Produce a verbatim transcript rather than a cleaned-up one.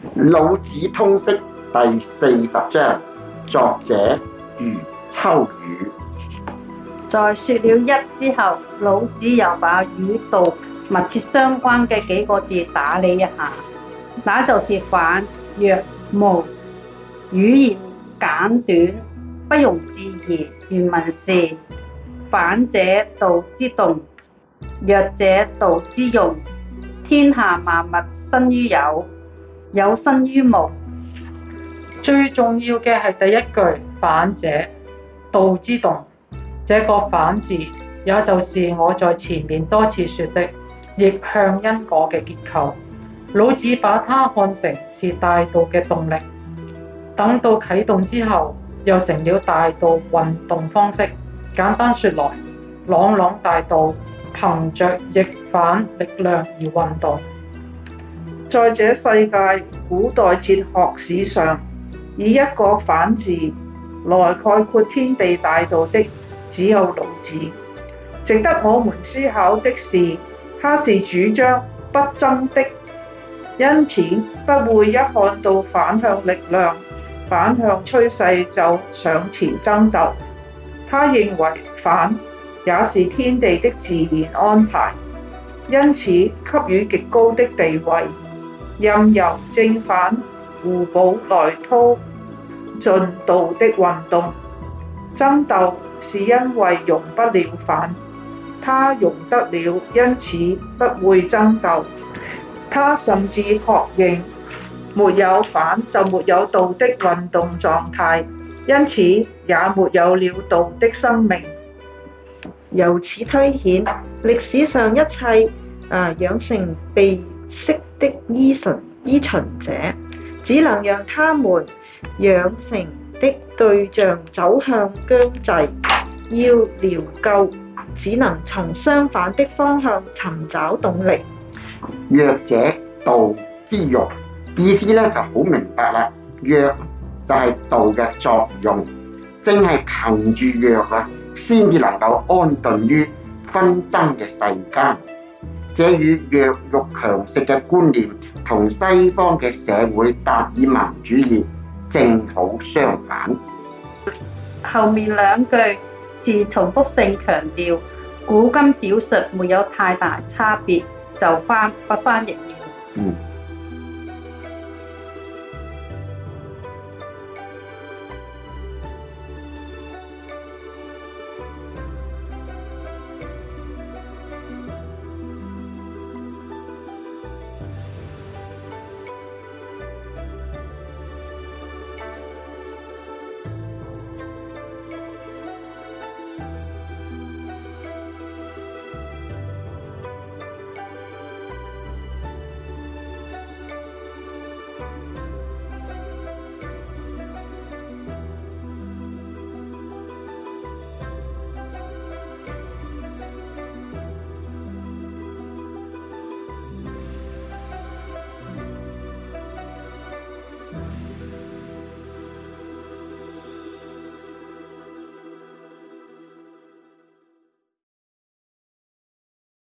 老子通釋第四十章，作者余秋雨。 在說了一之後，老子又把與道密切相關嘅幾個字打理一下，那就是反、若、無。語言簡短，不容置疑。原文是：反者道之動，若者道之用。天下萬物生於有，有生於無。 最重要嘅係第一句反者道之動，這個反字也就是我在前面多次說的逆向因果嘅結構。老子把它看成是大道嘅動力，等到啟動之後又成了大道運動方式。簡單說來，朗朗大道憑着逆反力量而運動。 在這世界古代哲學史上，以一個反字來概括天地大道的只有老子。值得我們思考的是，他是主張不爭的，因此不會一看到反向力量、反向趨勢就上前爭鬥。他認為反也是天地的自然安排，因此給予極高的地位，任由正反互補來推進道的運動。爭鬥是因為容不了反，他容得了，因此不會爭鬥。他甚至確認沒有反就沒有道的運動狀態，因此也沒有了道的生命。 由此推顯，歷史上一切啊養成備識的依循依循者，只能讓他們養成的對象走向僵滯。要療救，只能從相反的方向尋找動力。 弱者道之用，意思咧就好明白啦。弱就係道嘅作用，正係憑住弱啊，先至能夠安頓於紛爭嘅世間。這與弱肉強食嘅觀念同西方嘅社會達爾文主義正好相反。 後面兩句是重複性強調，古今表述沒有太大差別，就翻不翻譯了。 嗯。